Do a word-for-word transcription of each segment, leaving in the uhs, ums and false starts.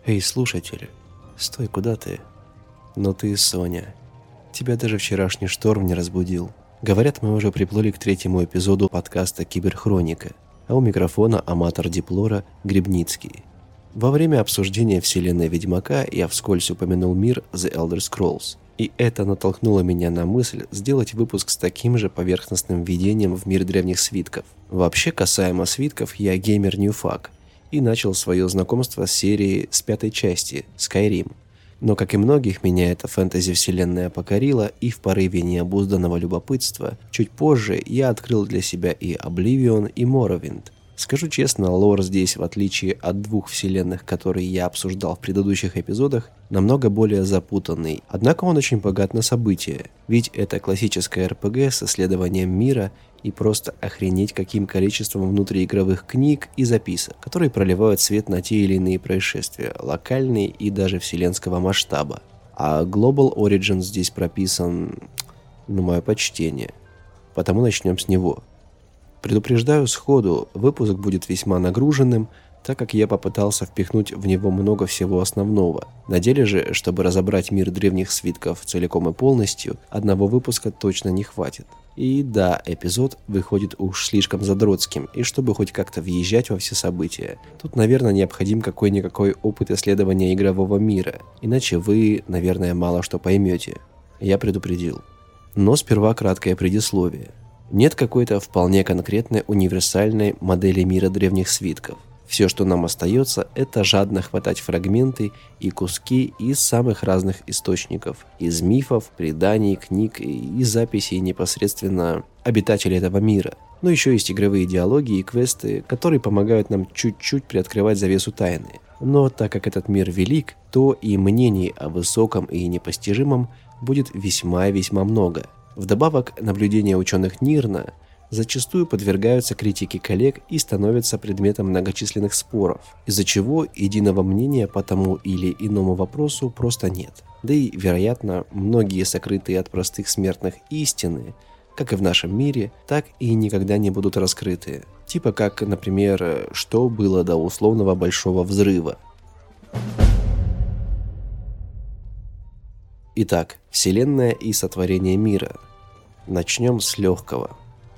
Эй, слушатель, стой, куда ты? Ну ты, Соня. Тебя даже вчерашний шторм не разбудил. Говорят, мы уже приплыли к третьему эпизоду подкаста «Киберхроника», а у микрофона аматор Диплора Гребницкий. Во время обсуждения вселенной Ведьмака я вскользь упомянул мир The Elder Scrolls, и это натолкнуло меня на мысль сделать выпуск с таким же поверхностным введением в мир древних свитков. Вообще, касаемо свитков, я геймер ньюфак, и начал свое знакомство с серией с пятой части Skyrim. Но, как и многих, меня эта фэнтези-вселенная покорила, и в порыве необузданного любопытства чуть позже я открыл для себя и Oblivion, и Morrowind. Скажу честно, лор здесь, в отличие от двух вселенных, которые я обсуждал в предыдущих эпизодах, намного более запутанный. Однако он очень богат на события, ведь это классическая эр пи джи с исследованием мира и просто охренеть каким количеством внутриигровых книг и записок, которые проливают свет на те или иные происшествия, локальные и даже вселенского масштаба. А Global Origin здесь прописан, ну, мое почтение. Потому начнем с него. Предупреждаю сходу, выпуск будет весьма нагруженным, так как я попытался впихнуть в него много всего основного. На деле же, чтобы разобрать мир древних свитков целиком и полностью, одного выпуска точно не хватит. И да, эпизод выходит уж слишком задротским, и чтобы хоть как-то въезжать во все события, тут, наверное, необходим какой-никакой опыт исследования игрового мира, иначе вы, наверное, мало что поймете. Я предупредил. Но сперва краткое предисловие. Нет какой-то вполне конкретной универсальной модели мира древних свитков. Все, что нам остается, это жадно хватать фрагменты и куски из самых разных источников. Из мифов, преданий, книг и записей непосредственно обитателей этого мира. Но еще есть игровые диалоги и квесты, которые помогают нам чуть-чуть приоткрывать завесу тайны. Но так как этот мир велик, то и мнений о высоком и непостижимом будет весьма-весьма много. Вдобавок, наблюдения ученых Нирна зачастую подвергаются критике коллег и становятся предметом многочисленных споров, из-за чего единого мнения по тому или иному вопросу просто нет. Да и, вероятно, многие сокрытые от простых смертных истины, как и в нашем мире, так и никогда не будут раскрыты. Типа как, например, что было до условного большого взрыва. Итак, Вселенная и сотворение мира. Начнем с легкого.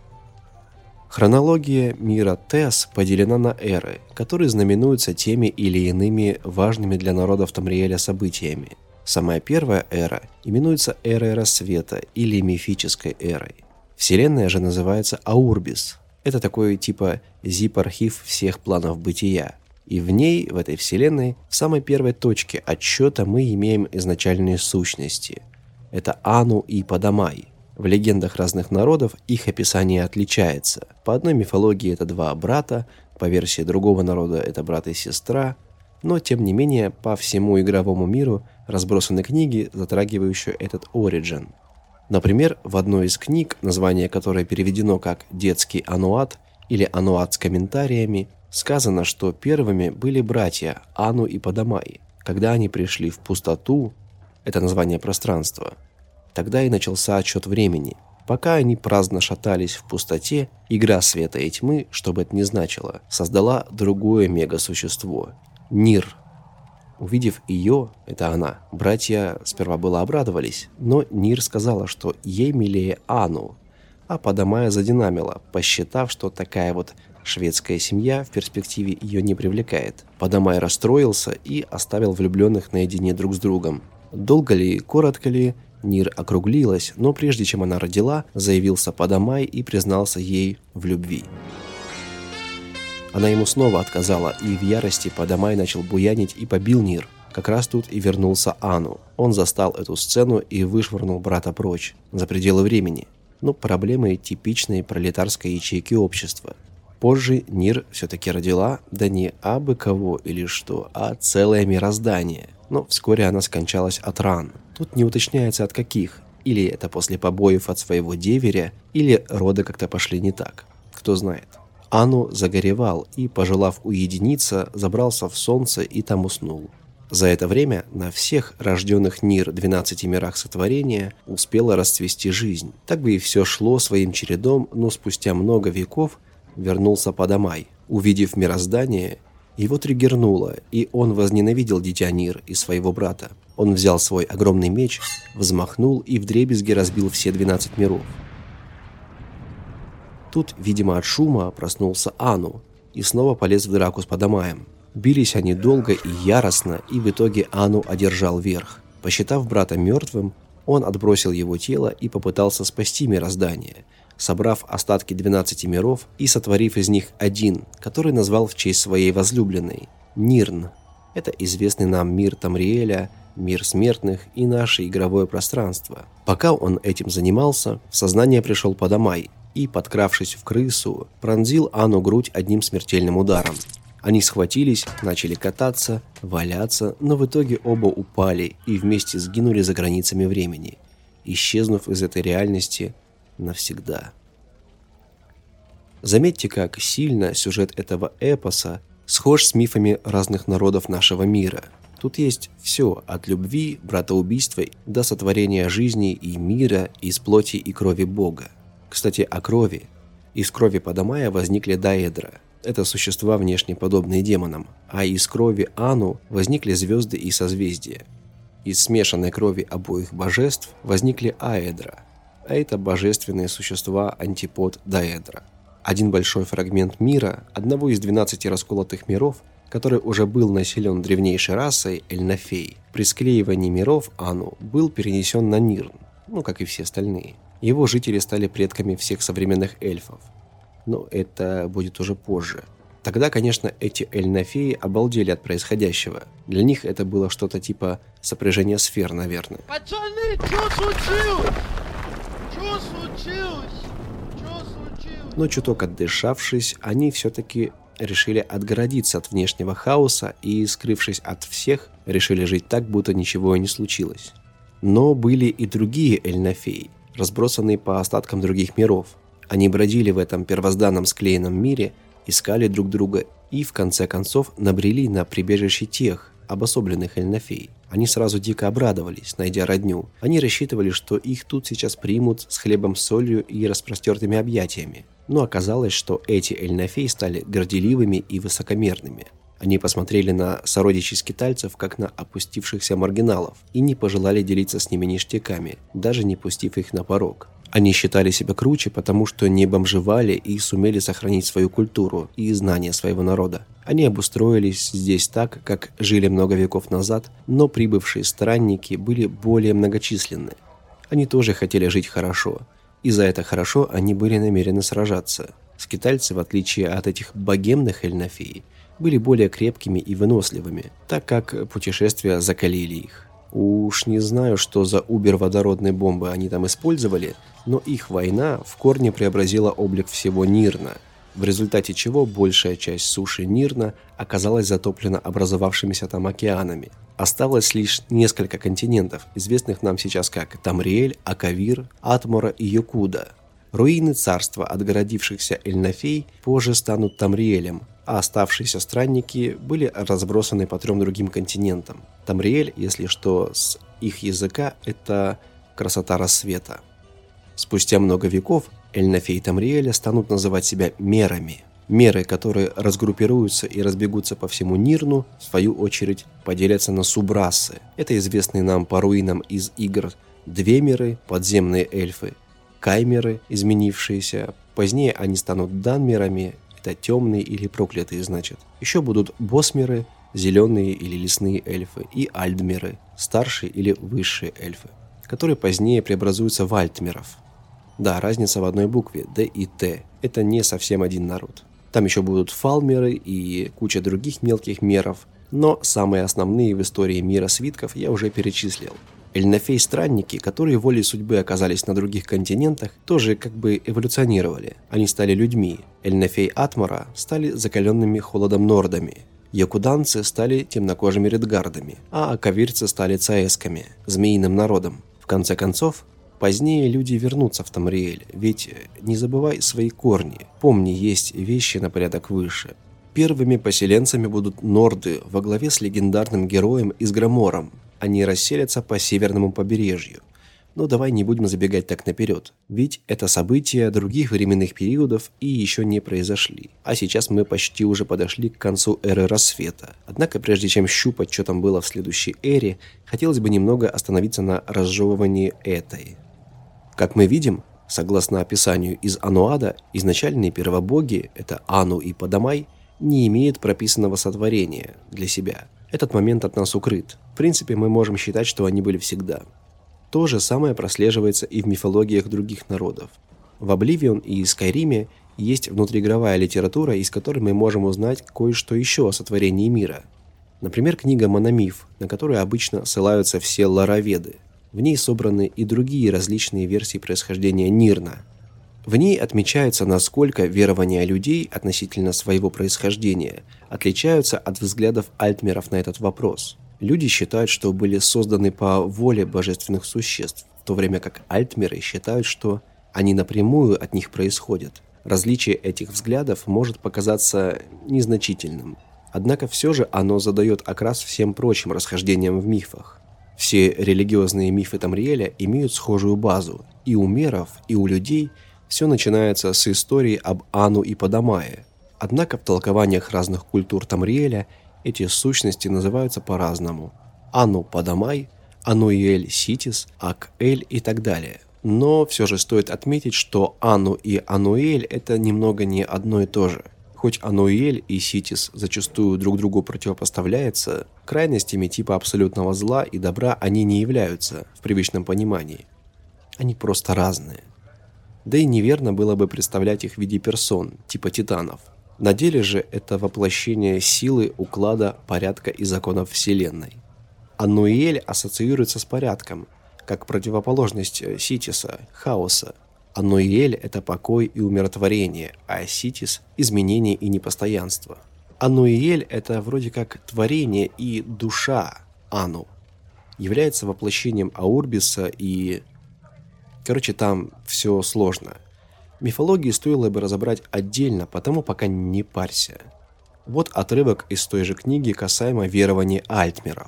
Хронология мира Тес поделена на эры, которые знаменуются теми или иными важными для народов Тамриэля событиями. Самая первая эра именуется эрой рассвета или мифической эрой. Вселенная же называется Аурбис. Это такой типа зип-архив всех планов бытия. И в ней, в этой вселенной, в самой первой точке отсчета мы имеем изначальные сущности. Это Ану и Падамай. В легендах разных народов их описание отличается. По одной мифологии это два брата, по версии другого народа это брат и сестра, но тем не менее по всему игровому миру разбросаны книги, затрагивающие этот оригин. Например, в одной из книг, название которой переведено как «Детский Ануат» или «Ануат с комментариями», сказано, что первыми были братья Ану и Падамай. Когда они пришли в пустоту, это название пространства, тогда и начался отсчет времени. Пока они праздно шатались в пустоте, игра света и тьмы, что бы это ни значило, создала другое мегасущество – Нир. Увидев ее, это она, братья сперва было обрадовались, но Нир сказала, что ей милее Ану, а Падамая задинамила, посчитав, что такая вот шведская семья в перспективе ее не привлекает. Падамай расстроился и оставил влюбленных наедине друг с другом. Долго ли, коротко ли, Нир округлилась, но прежде чем она родила, заявился Падамай и признался ей в любви. Она ему снова отказала, и в ярости Падамай начал буянить и побил Нир. Как раз тут и вернулся Ану. Он застал эту сцену и вышвырнул брата прочь, за пределы времени. Но проблемы типичной пролетарской ячейки общества. Позже Нир все-таки родила, да не абы кого или что, а целое мироздание. Но вскоре она скончалась от ран. Тут не уточняется от каких. Или это после побоев от своего деверя, или роды как-то пошли не так. Кто знает. Ану загоревал и, пожелав уединиться, забрался в солнце и там уснул. За это время на всех рожденных Нир двенадцати мирах сотворения успела расцвести жизнь. Так бы и все шло своим чередом, но спустя много веков вернулся Падамай. Увидев мироздание, Его триггернуло, и он возненавидел дитя Нир и своего брата. Он взял свой огромный меч, взмахнул и вдребезги разбил все двенадцать миров. Тут, видимо, от шума проснулся Ану и снова полез в драку с Падамаем. Бились они долго и яростно, и в итоге Ану одержал верх. Посчитав брата мертвым, он отбросил его тело и попытался спасти мироздание, собрав остатки двенадцати миров и сотворив из них один, который назвал в честь своей возлюбленной – Нирн. Это известный нам мир Тамриэля, мир смертных и наше игровое пространство. Пока он этим занимался, в сознание пришел Падамай и, подкравшись в крысу, пронзил Ану грудь одним смертельным ударом. Они схватились, начали кататься, валяться, но в итоге оба упали и вместе сгинули за границами времени, исчезнув из этой реальности навсегда. Заметьте, как сильно сюжет этого эпоса схож с мифами разных народов нашего мира. Тут есть все, от любви, братоубийства до сотворения жизни и мира из плоти и крови Бога. Кстати, о крови. Из крови Падамая возникли Даэдра. Это существа, внешне подобные демонам. А из крови Ану возникли звезды и созвездия. Из смешанной крови обоих божеств возникли Аэдра. А это божественные существа антипод Даэдра. Один большой фрагмент мира, одного из двенадцати расколотых миров, который уже был населен древнейшей расой Эльнафей, при склеивании миров Ану был перенесен на Нирн, ну как и все остальные. Его жители стали предками всех современных эльфов. Но это будет уже позже. Тогда, конечно, эти Эльнафеи обалдели от происходящего. Для них это было что-то типа сопряжения сфер, наверное. Пацаны, что случилось? Что случилось? Что случилось? Но чуток отдышавшись, они все-таки решили отгородиться от внешнего хаоса и, скрывшись от всех, решили жить так, будто ничего и не случилось. Но были и другие Эльнафеи, разбросанные по остаткам других миров. Они бродили в этом первозданном склеенном мире, искали друг друга и, в конце концов, набрели на прибежище тех, обособленных Эльнафей. Они сразу дико обрадовались, найдя родню. Они рассчитывали, что их тут сейчас примут с хлебом, солью и распростертыми объятиями. Но оказалось, что эти Эльнафей стали горделивыми и высокомерными. Они посмотрели на сородичей скитальцев, как на опустившихся маргиналов, и не пожелали делиться с ними ништяками, даже не пустив их на порог. Они считали себя круче, потому что не бомжевали и сумели сохранить свою культуру и знания своего народа. Они обустроились здесь так, как жили много веков назад, но прибывшие странники были более многочисленны. Они тоже хотели жить хорошо, и за это хорошо они были намерены сражаться. Скитальцы, в отличие от этих богемных Эльнафей, были более крепкими и выносливыми, так как путешествия закалили их. Уж не знаю, что за убер-водородные бомбы они там использовали, но их война в корне преобразила облик всего Нирна, в результате чего большая часть суши Нирна оказалась затоплена образовавшимися там океанами. Осталось лишь несколько континентов, известных нам сейчас как Тамриэль, Акавир, Атмора и Йокуда. Руины царства отгородившихся Эльнафей позже станут Тамриэлем, а оставшиеся странники были разбросаны по трем другим континентам. Тамриэль, если что, с их языка, это красота рассвета. Спустя много веков Эльнафей Тамриэля станут называть себя мерами. Меры, которые разгруппируются и разбегутся по всему Нирну, в свою очередь поделятся на субрасы. Это известные нам по руинам из игр Двемеры, подземные эльфы, Каймеры, изменившиеся. Позднее они станут Данмерами, это темные или проклятые, значит. Еще будут Босмеры, зеленые или лесные эльфы, и Альдмеры, старшие или высшие эльфы, которые позднее преобразуются в Альтмеров. Да, разница в одной букве, Д и Т. Это не совсем один народ. Там еще будут Фалмеры и куча других мелких меров, но самые основные в истории мира свитков я уже перечислил. Эльнафей-странники, которые волей судьбы оказались на других континентах, тоже как бы эволюционировали. Они стали людьми. Эльнафей Атмора стали закаленными холодом нордами. Якуданцы стали темнокожими редгардами, а акавирцы стали цаэсками, змеиным народом. В конце концов, позднее люди вернутся в Тамриэль, ведь не забывай свои корни. Помни, есть вещи на порядок выше. Первыми поселенцами будут норды во главе с легендарным героем Изгромором. Они расселятся по северному побережью. Но давай не будем забегать так наперед, ведь это события других временных периодов и еще не произошли. А сейчас мы почти уже подошли к концу эры рассвета. Однако прежде чем щупать, что там было в следующей эре, хотелось бы немного остановиться на разжевывании этой. Как мы видим, согласно описанию из Ануада, изначальные первобоги, это Ану и Падамай, не имеют прописанного сотворения для себя. Этот момент от нас укрыт. В принципе, мы можем считать, что они были всегда. То же самое прослеживается и в мифологиях других народов. В Обливион и Скайриме есть внутриигровая литература, из которой мы можем узнать кое-что еще о сотворении мира. Например, книга «Мономиф», на которую обычно ссылаются все лороведы. В ней собраны и другие различные версии происхождения Нирна. В ней отмечается, насколько верования людей относительно своего происхождения отличаются от взглядов альтмеров на этот вопрос. Люди считают, что были созданы по воле божественных существ, в то время как альтмеры считают, что они напрямую от них происходят. Различие этих взглядов может показаться незначительным, однако все же оно задает окрас всем прочим расхождениям в мифах. Все религиозные мифы Тамриэля имеют схожую базу. И у меров, и у людей все начинается с истории об Ану и Падамае. Однако в толкованиях разных культур Тамриэля эти сущности называются по-разному. Ану Падамай, Ануэль Ситис, Ак-Эль и так далее. Но все же стоит отметить, что Ану и Ануэль – это немного не одно и то же. Хоть Ануэль и Ситис зачастую друг другу противопоставляются, крайностями типа абсолютного зла и добра они не являются в привычном понимании. Они просто разные. Да и неверно было бы представлять их в виде персон, типа титанов. На деле же это воплощение силы, уклада, порядка и законов Вселенной. Ануэль ассоциируется с порядком, как противоположность Ситиса, хаоса. Ануэль – это покой и умиротворение, а Ситис – изменение и непостоянство. Ануэль – это вроде как творение и душа Ану. Является воплощением Аурбиса и... Короче, там все сложно. Мифологии стоило бы разобрать отдельно, потому пока не парься. Вот отрывок из той же книги касаемо верований альтмеров.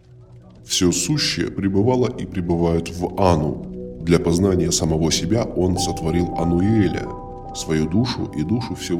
«Все сущее пребывало и пребывает в Ану. Для познания самого себя он сотворил Ануэля, свою душу и душу всего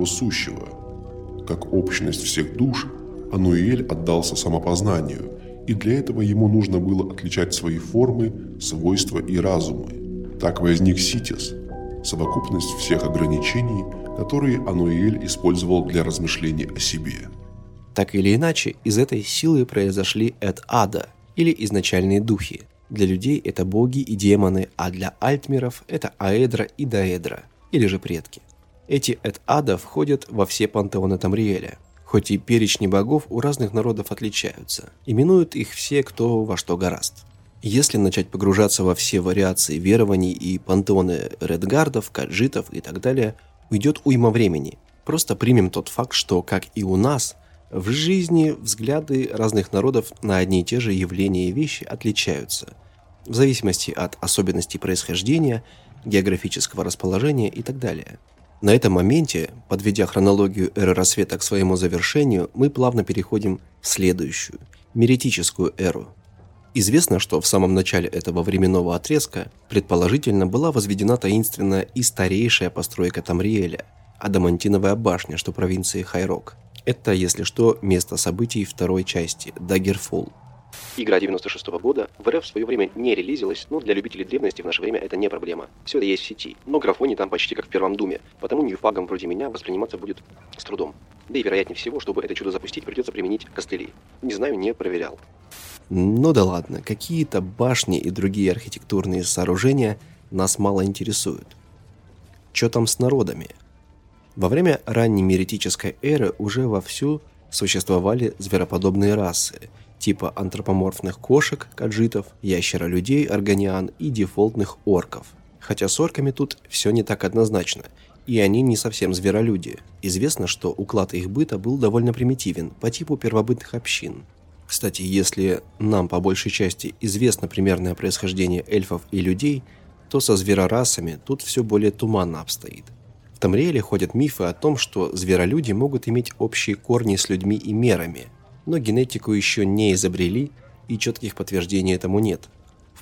сущего. Как общность всех душ, Ануэль отдался самопознанию, и для этого ему нужно было отличать свои формы, свойства и разумы. Так возник Ситис, совокупность всех ограничений, которые Ануэль использовал для размышлений о себе». Так или иначе, из этой силы произошли Эд-Ада, или изначальные духи. Для людей это боги и демоны, а для альтмеров это Аэдра и Даэдра, или же предки. Эти Эд-Ада входят во все пантеоны Тамриэля, хоть и перечни богов у разных народов отличаются, именуют их все кто во что горазд. Если начать погружаться во все вариации верований и пантеоны редгардов, каджитов и так далее, уйдет уйма времени. Просто примем тот факт, что, как и у нас, в жизни взгляды разных народов на одни и те же явления и вещи отличаются, в зависимости от особенностей происхождения, географического расположения и так далее. На этом моменте, подведя хронологию эры рассвета к своему завершению, мы плавно переходим в следующую, меретическую эру. Известно, что в самом начале этого временного отрезка предположительно была возведена таинственная и старейшая постройка Тамриэля – Адамантиновая башня, что в провинции Хайрок. Это, если что, место событий второй части – Даггерфолл. Игра девяносто шестого года в РФ в свое время не релизилась, но для любителей древности в наше время это не проблема. Все это есть в сети, но графоний там почти как в первом Думе, потому ньюфагам вроде меня восприниматься будет с трудом. Да и вероятнее всего, чтобы это чудо запустить, придется применить костыли. Не знаю, не проверял. Ну да ладно, какие-то башни и другие архитектурные сооружения нас мало интересуют. Что там с народами? Во время ранней меретической эры уже вовсю существовали звероподобные расы, типа антропоморфных кошек, каджитов, ящеролюдей, органиан и дефолтных орков. Хотя с орками тут все не так однозначно, и они не совсем зверолюди. Известно, что уклад их быта был довольно примитивен, по типу первобытных общин. Кстати, если нам по большей части известно примерное происхождение эльфов и людей, то со зверорасами тут все более туманно обстоит. В Тамриэле ходят мифы о том, что зверолюди могут иметь общие корни с людьми и мерами, но генетику еще не изобрели, и четких подтверждений этому нет. В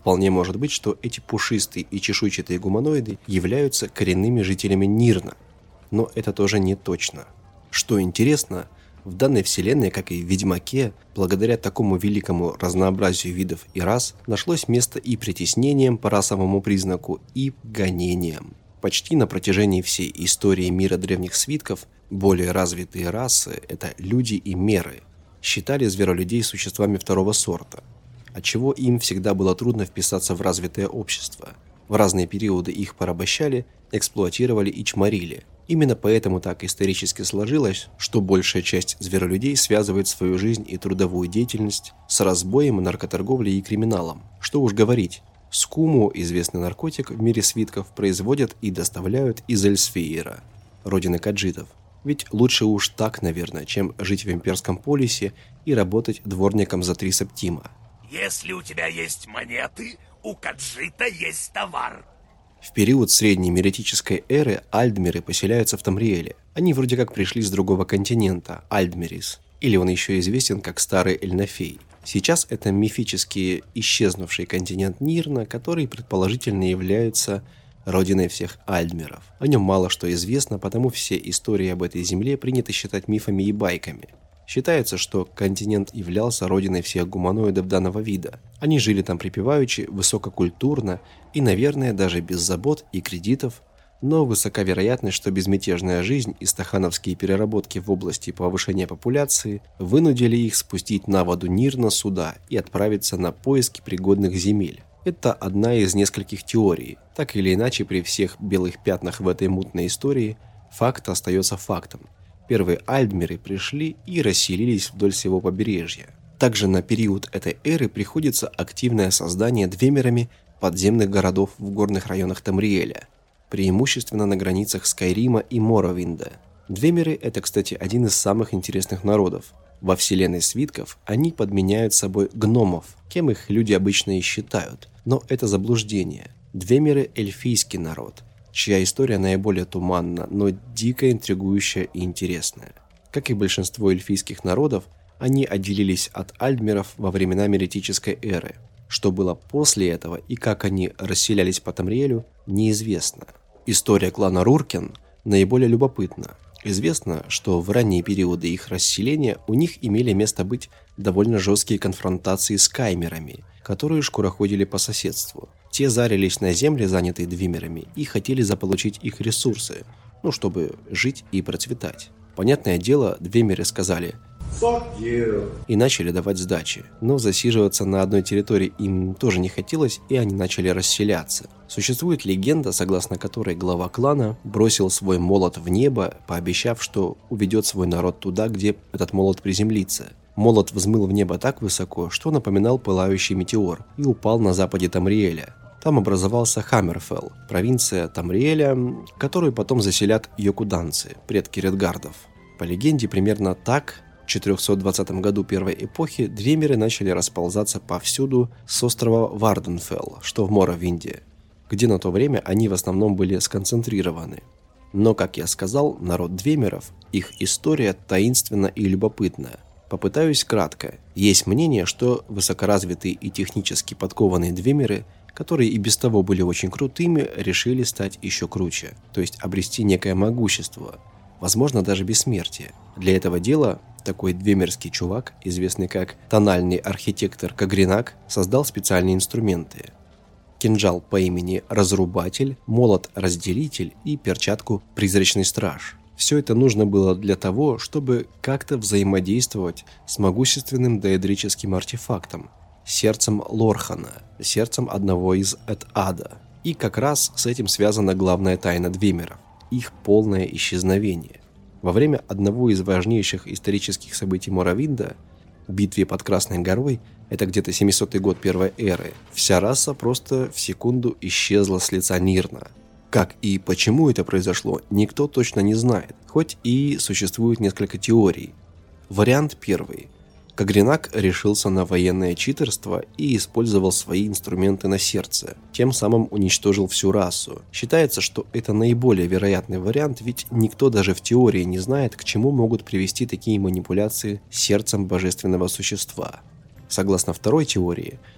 Вполне может быть, что эти пушистые и чешуйчатые гуманоиды являются коренными жителями Нирна. Но это тоже не точно. Что интересно, в данной вселенной, как и в Ведьмаке, благодаря такому великому разнообразию видов и рас, нашлось место и притеснениям по расовому признаку, и гонениям. Почти на протяжении всей истории мира древних свитков более развитые расы – это люди и меры – считали зверолюдей существами второго сорта, отчего им всегда было трудно вписаться в развитое общество. В разные периоды их порабощали, эксплуатировали и чморили. Именно поэтому так исторически сложилось, что большая часть зверолюдей связывает свою жизнь и трудовую деятельность с разбоем, наркоторговлей и криминалом. Что уж говорить, скуму, известный наркотик в мире свитков, производят и доставляют из Эльсфеира, родины каджитов. Ведь лучше уж так, наверное, чем жить в имперском полисе и работать дворником за три септима. Если у тебя есть монеты, у каджита есть товар. В период средней меритической эры альдмеры поселяются в Тамриэле. Они вроде как пришли с другого континента, Альдмерис, или он еще известен как Старый Эльнафей. Сейчас это мифически исчезнувший континент Нирна, который предположительно является родиной всех альдмеров. О нем мало что известно, потому все истории об этой земле принято считать мифами и байками. Считается, что континент являлся родиной всех гуманоидов данного вида. Они жили там припеваючи, высококультурно и, наверное, даже без забот и кредитов, но высока вероятность, что безмятежная жизнь и стахановские переработки в области повышения популяции вынудили их спустить на воду Нирна суда и отправиться на поиски пригодных земель. Это одна из нескольких теорий. Так или иначе, при всех белых пятнах в этой мутной истории, факт остается фактом. Первые альдмеры пришли и расселились вдоль всего побережья. Также на период этой эры приходится активное создание двемерами подземных городов в горных районах Тамриэля, преимущественно на границах Скайрима и Моровинда. Двемеры – это, кстати, один из самых интересных народов. Во вселенной свитков они подменяют собой гномов, кем их люди обычно и считают. Но это заблуждение. Двемеры – эльфийский народ, чья история наиболее туманна, но дико интригующая и интересная. Как и большинство эльфийских народов, они отделились от альдмеров во времена меритической эры. Что было после этого и как они расселялись по Тамриэлю, неизвестно. История клана Руркен наиболее любопытна. Известно, что в ранние периоды их расселения у них имели место быть довольно жесткие конфронтации с каймерами, которые шкуроходили по соседству. Те зарились на земли, занятые двимерами, и хотели заполучить их ресурсы, ну, чтобы жить и процветать. Понятное дело, двемеры сказали «Fuck you» и начали давать сдачи, но засиживаться на одной территории им тоже не хотелось, и они начали расселяться. Существует легенда, согласно которой глава клана бросил свой молот в небо, пообещав, что уведет свой народ туда, где этот молот приземлится. Молот взмыл в небо так высоко, что напоминал пылающий метеор, и упал на западе Тамриэля. Там образовался Хаммерфелл, провинция Тамриэля, которую потом заселят йокуданцы, предки редгардов. По легенде, примерно так в четырехсот двадцатом году первой эпохи двемеры начали расползаться повсюду с острова Варденфелл, что в Моровинде, где на то время они в основном были сконцентрированы. Но, как я сказал, народ двемеров, их история таинственна и любопытна. Попытаюсь кратко. Есть мнение, что высокоразвитые и технически подкованные двемеры, которые и без того были очень крутыми, решили стать еще круче, то есть обрести некое могущество, возможно, даже бессмертие. Для этого дела такой двемерский чувак, известный как тональный архитектор Кагринак, создал специальные инструменты. Кинжал по имени Разрубатель, молот-разделитель и перчатку Призрачный Страж. Все это нужно было для того, чтобы как-то взаимодействовать с могущественным доэдрическим артефактом, сердцем Лорхана, сердцем одного из Эт-Ада. И как раз с этим связана главная тайна двемеров – их полное исчезновение. Во время одного из важнейших исторических событий Моровинда, битве под Красной горой, это где-то семисотый год первой эры, вся раса просто в секунду исчезла с лица Нирна. Как и почему это произошло, никто точно не знает, хоть и существует несколько теорий. Вариант первый. Кагринак решился на военное читерство и использовал свои инструменты на сердце, тем самым уничтожил всю расу. Считается, что это наиболее вероятный вариант, ведь никто даже в теории не знает, к чему могут привести такие манипуляции с сердцем божественного существа. Согласно второй теории,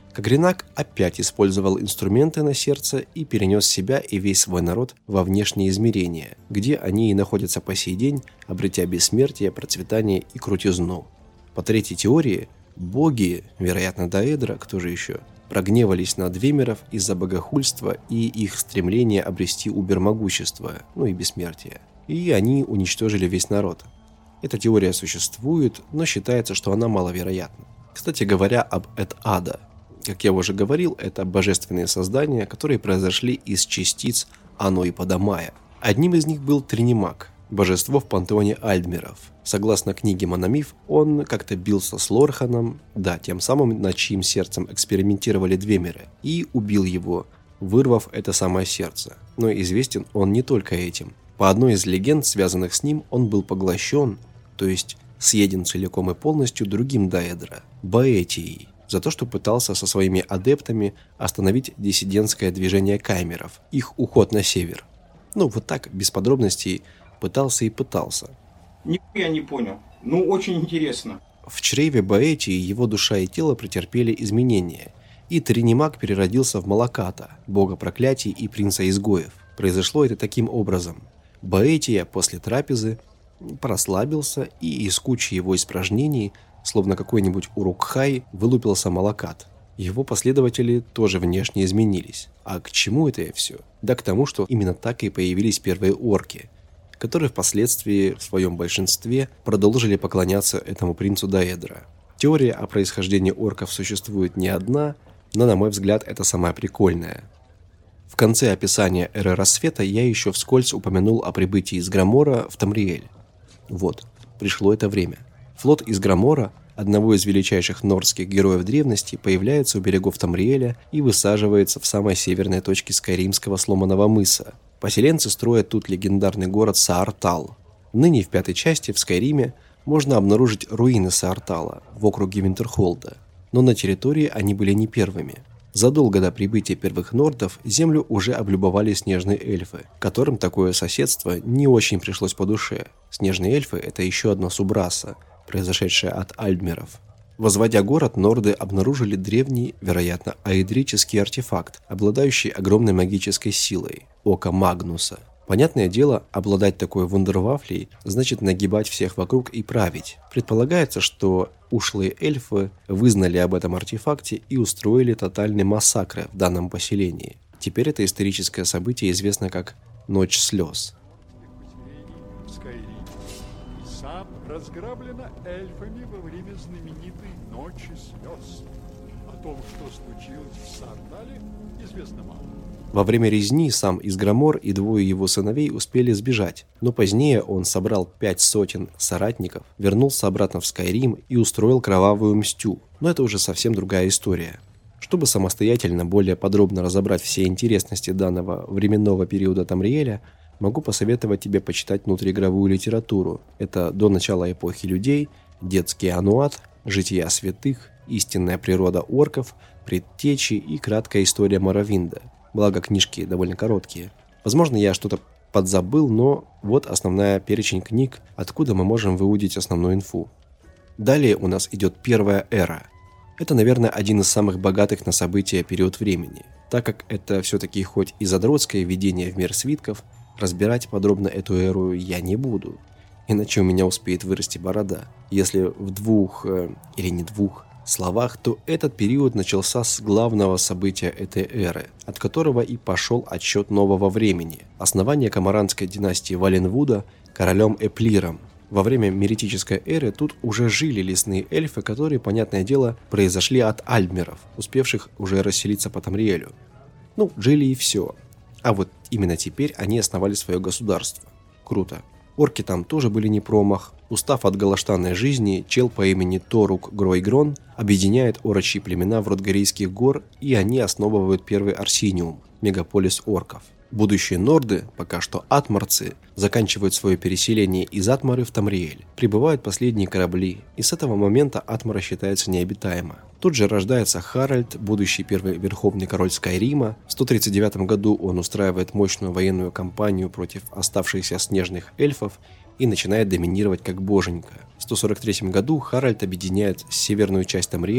Кагринак опять использовал инструменты на сердце и перенес себя и весь свой народ во внешние измерения, где они и находятся по сей день, обретя бессмертие, процветание и крутизну. По третьей теории, боги, вероятно Даэдра, кто же еще, прогневались на двемеров из-за богохульства и их стремления обрести убермогущество, ну и бессмертие. И они уничтожили весь народ. Эта теория существует, но считается, что она маловероятна. Кстати говоря, об Эд-Ада. Как я уже говорил, это божественные создания, которые произошли из частиц Ану и Падамая. Одним из них был Тринимак, божество в пантеоне Альдмеров. Согласно книге Мономиф, он как-то бился с Лорханом, да, тем самым, над чьим сердцем экспериментировали двемеры, и убил его, вырвав это самое сердце. Но известен он не только этим. По одной из легенд, связанных с ним, он был поглощен, то есть съеден целиком и полностью другим Даэдра, Баэтией, за то, что пытался со своими адептами остановить диссидентское движение каймеров, их уход на север. Ну, вот так, без подробностей, пытался и пытался. Нихуя не понял. Ну, очень интересно. В чреве Баэтии его душа и тело претерпели изменения, и Тринимак переродился в Малаката, бога проклятий и принца изгоев. Произошло это таким образом. Баэтия после трапезы прослабился, и из кучи его испражнений, словно какой-нибудь Урукхай, вылупился Малакат. Его последователи тоже внешне изменились. А к чему это и все? Да к тому, что именно так и появились первые орки, которые впоследствии в своем большинстве продолжили поклоняться этому принцу Даэдра. Теория о происхождении орков существует не одна, но, на мой взгляд, это самая прикольная. В конце описания Эры Рассвета я еще вскользь упомянул о прибытии из Громора в Тамриэль. Вот, пришло это время. Флот из Громора, одного из величайших нордских героев древности, появляется у берегов Тамриэля и высаживается в самой северной точке Скайримского сломанного мыса. Поселенцы строят тут легендарный город Саартал. Ныне в пятой части в Скайриме можно обнаружить руины Саартала в округе Винтерхолда, но на территории они были не первыми. Задолго до прибытия первых нордов землю уже облюбовали снежные эльфы, которым такое соседство не очень пришлось по душе. Снежные эльфы – это еще одна субраса, произошедшая от альдмеров. Возводя город, норды обнаружили древний, вероятно, аэдрический артефакт, обладающий огромной магической силой – Око Магнуса. Понятное дело, обладать такой вундервафлей значит нагибать всех вокруг и править. Предполагается, что ушлые эльфы вызнали об этом артефакте и устроили тотальный массакр в данном поселении. Теперь это историческое событие известно как «Ночь слез». Сам разграблена эльфами во время знаменитой Ночи слез. О том, что случилось в Саартале, известно мало. Во время резни сам Изгромор и двое его сыновей успели сбежать, но позднее он собрал пять сотен соратников, вернулся обратно в Скайрим и устроил кровавую мстю, но это уже совсем другая история. Чтобы самостоятельно более подробно разобрать все интересности данного временного периода Тамриэля, могу посоветовать тебе почитать внутриигровую литературу. Это «До начала эпохи людей», «Детский ануат», «Жития святых», «Истинная природа орков», «Предтечи» и «Краткая история Моровинда». Благо, книжки довольно короткие. Возможно, я что-то подзабыл, но вот основная перечень книг, откуда мы можем выудить основную инфу. Далее у нас идет Первая эра. Это, наверное, один из самых богатых на события период времени, так как это все-таки хоть и задротское введение в мир свитков, разбирать подробно эту эру я не буду, иначе у меня успеет вырасти борода. Если в двух, э, или не двух, словах, то этот период начался с главного события этой эры, от которого и пошел отсчет нового времени – основание камаранской династии Валенвуда королем Эплиром. Во время меритической эры тут уже жили лесные эльфы, которые, понятное дело, произошли от альдмеров, успевших уже расселиться по Тамриэлю. Ну, жили и все. А вот именно теперь они основали свое государство. Круто. Орки там тоже были не промах. Устав от галаштанной жизни, чел по имени Торук Гройгрон объединяет орочьи племена в Ротгарийских гор, и они основывают первый Арсиниум, мегаполис орков. Будущие норды, пока что атмарцы, заканчивают свое переселение из Атмары в Тамриэль. Прибывают последние корабли, и с этого момента Атмара считается необитаема. Тут же рождается Харальд, будущий первый верховный король Скайрима. В сто тридцать девятом году он устраивает мощную военную кампанию против оставшихся снежных эльфов и начинает доминировать как боженька. В сто сорок третьем году Харальд объединяет северную часть Тамриэля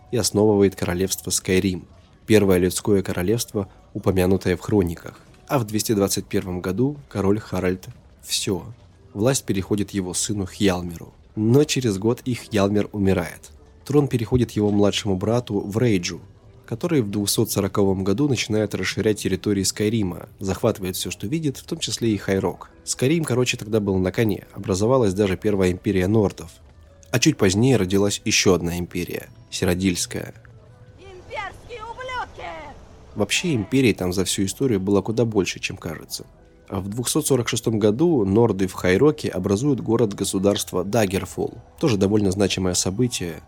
и основывает королевство Скайрим, первое людское королевство, упомянутое в хрониках. А в двести двадцать первом году король Харальд все. Власть переходит его сыну Хьялмеру. Но через год и Хьялмер умирает. Трон переходит его младшему брату Врейджу, который в двухсот сороковом году начинает расширять территории Скайрима, захватывает все, что видит, в том числе и Хайрок. Скайрим, короче, тогда был на коне, образовалась даже первая империя нордов. А чуть позднее родилась еще одна империя – Сиродильская. Имперские ублюдки! Вообще империй там за всю историю было куда больше, чем кажется. А в двухсот сорок шестом году норды в Хайроке образуют город-государство Даггерфолл. Тоже довольно значимое событие.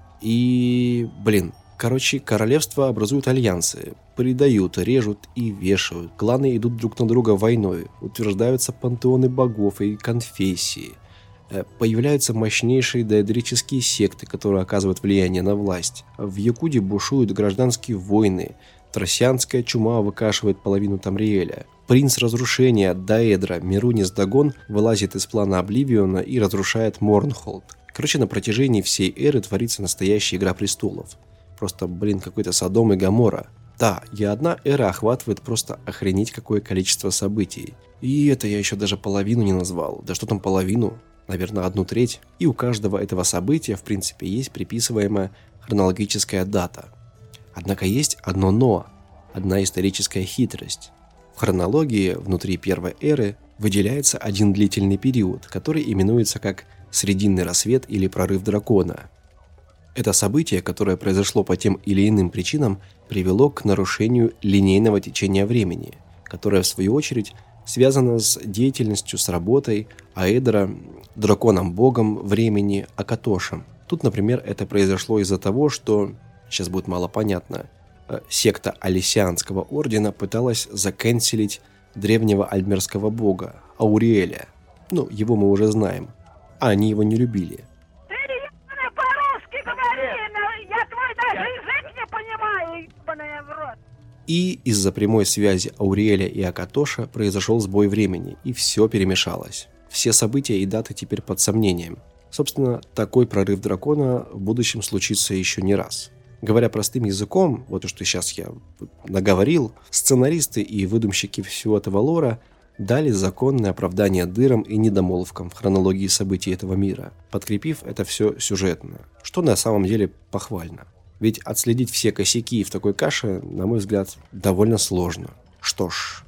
И, блин, короче, королевства образуют альянсы, предают, режут и вешают. Кланы идут друг на друга войной, утверждаются пантеоны богов и конфессии. Появляются мощнейшие даэдрические секты, которые оказывают влияние на власть. В Якуде бушуют гражданские войны. Тросянская чума выкашивает половину Тамриэля. Принц разрушения Даэдра Мирунис Дагон вылазит из плана Обливиона и разрушает Морнхолд. Короче, на протяжении всей эры творится настоящая Игра престолов. Просто, блин, какой-то Содом и Гоморра. Да, и одна эра охватывает просто охренеть какое количество событий. И это я еще даже половину не назвал. Да что там половину? Наверное, одну треть. И у каждого этого события, в принципе, есть приписываемая хронологическая дата. Однако есть одно «но», одна историческая хитрость. В хронологии внутри первой эры выделяется один длительный период, который именуется как «Срединный рассвет» или «Прорыв дракона». Это событие, которое произошло по тем или иным причинам, привело к нарушению линейного течения времени, которое, в свою очередь, связано с деятельностью, с работой Аэдра, драконом-богом времени Акатошем. Тут, например, это произошло из-за того, что, сейчас будет мало понятно, секта Алисианского ордена пыталась закэнселить древнего альмерского бога Ауриэля. Ну, его мы уже знаем, а они его не любили. Ты ебаный по-русски говори, но я твой даже язык не понимаю, ебаная в рот. И из-за прямой связи Ауриэля и Акатоша произошел сбой времени, и все перемешалось. Все события и даты теперь под сомнением. Собственно, такой прорыв дракона в будущем случится еще не раз. Говоря простым языком, вот то, что сейчас я наговорил, сценаристы и выдумщики всего этого лора дали законное оправдание дырам и недомолвкам в хронологии событий этого мира, подкрепив это все сюжетно, что на самом деле похвально. Ведь отследить все косяки в такой каше, на мой взгляд, довольно сложно. Что ж,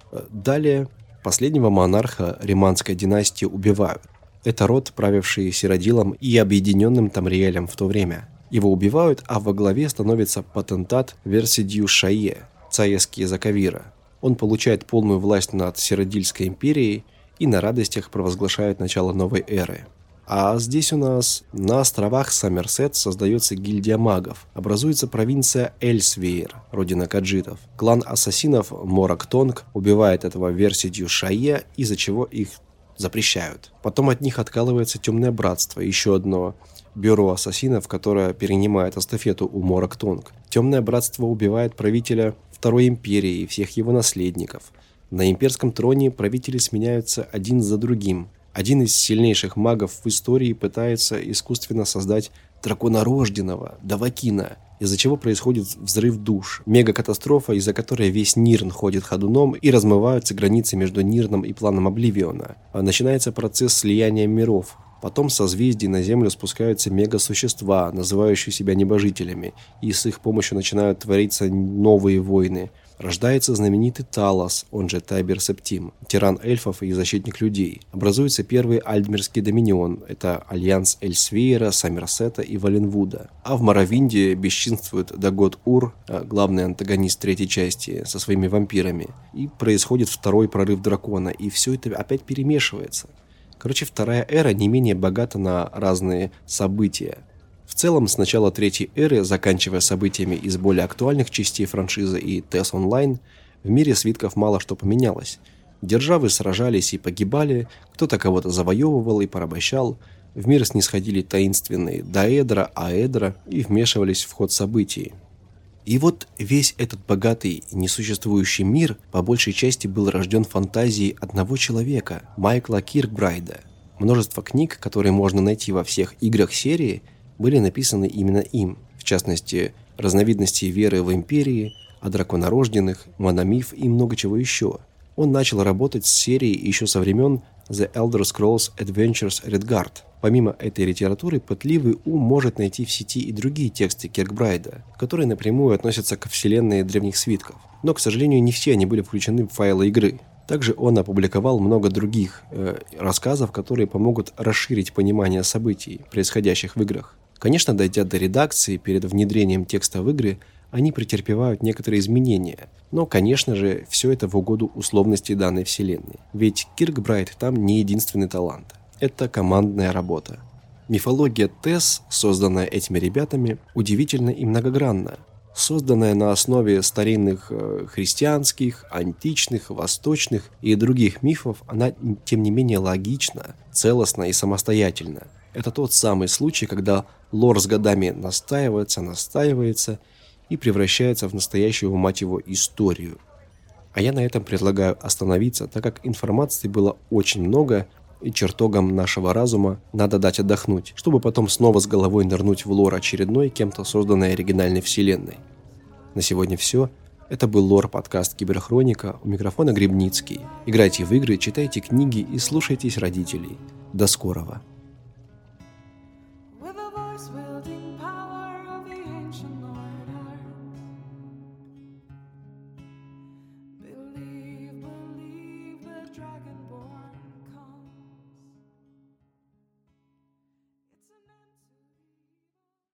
далее последнего монарха риманской династии убивают. Это род, правивший Сиродилом и объединенным Тамриэлем в то время. Его убивают, а во главе становится потентат Версидью Шае, Цаески Заковира. Он получает полную власть над Сиродильской империей и на радостях провозглашает начало новой эры. А здесь у нас на островах Сомерсет создается гильдия магов. Образуется провинция Эльсвейр, родина каджитов. Клан ассасинов Морактонг убивает этого Версидью Шае, из-за чего их запрещают. Потом от них откалывается Темное Братство, еще одно бюро ассасинов, которое перенимает эстафету у Морактонг. Темное Братство убивает правителя Второй империи и всех его наследников. На имперском троне правители сменяются один за другим. Один из сильнейших магов в истории пытается искусственно создать драконорожденного, Давакина, из-за чего происходит взрыв душ, мегакатастрофа, из-за которой весь Нирн ходит ходуном и размываются границы между Нирном и планом Обливиона. Начинается процесс слияния миров. Потом с созвездий на Землю спускаются мегасущества, называющие себя небожителями, и с их помощью начинают твориться новые войны. Рождается знаменитый Талос, он же Тайбер Септим, тиран эльфов и защитник людей. Образуется первый Альдмерский доминион, это альянс Эльсвейра, Сомерсета и Валенвуда. А в Моровинде бесчинствует Дагод Ур, главный антагонист третьей части, со своими вампирами. И происходит второй прорыв дракона, и все это опять перемешивается. Короче, вторая эра не менее богата на разные события. В целом, с начала третьей эры, заканчивая событиями из более актуальных частей франшизы и тэс Онлайн, в мире свитков мало что поменялось. Державы сражались и погибали, кто-то кого-то завоевывал и порабощал, в мир снисходили таинственные Даэдра, Аэдра и вмешивались в ход событий. И вот весь этот богатый несуществующий мир по большей части был рожден фантазией одного человека, Майкла Киркбрайда. Множество книг, которые можно найти во всех играх серии, были написаны именно им. в частности, разновидностей веры в империи, о драконорожденных, мономиф и много чего еще. Он начал работать с серией еще со времен The Elder Scrolls Adventures Redguard. Помимо этой литературы, пытливый ум может найти в сети и другие тексты Киркбрайда, которые напрямую относятся к вселенной древних свитков. Но, к сожалению, не все они были включены в файлы игры. Также он опубликовал много других э, рассказов, которые помогут расширить понимание событий, происходящих в играх. Конечно, дойдя до редакции, перед внедрением текста в игры, они претерпевают некоторые изменения, но, конечно же, все это в угоду условностей данной вселенной. Ведь Киркбрайд там не единственный талант. Это командная работа. Мифология Тесс, созданная этими ребятами, удивительна и многогранна. Созданная на основе старинных э, христианских, античных, восточных и других мифов, она, тем не менее, логична, целостна и самостоятельна. Это тот самый случай, когда лор с годами настаивается, настаивается и превращается в настоящую, мать его, историю. А я на этом предлагаю остановиться, так как информации было очень много, и чертогам нашего разума надо дать отдохнуть, чтобы потом снова с головой нырнуть в лор очередной, кем-то созданной оригинальной вселенной. На сегодня все. Это был лор-подкаст Киберхроника, у микрофона Гребницкий. Играйте в игры, читайте книги и слушайтесь родителей. До скорого.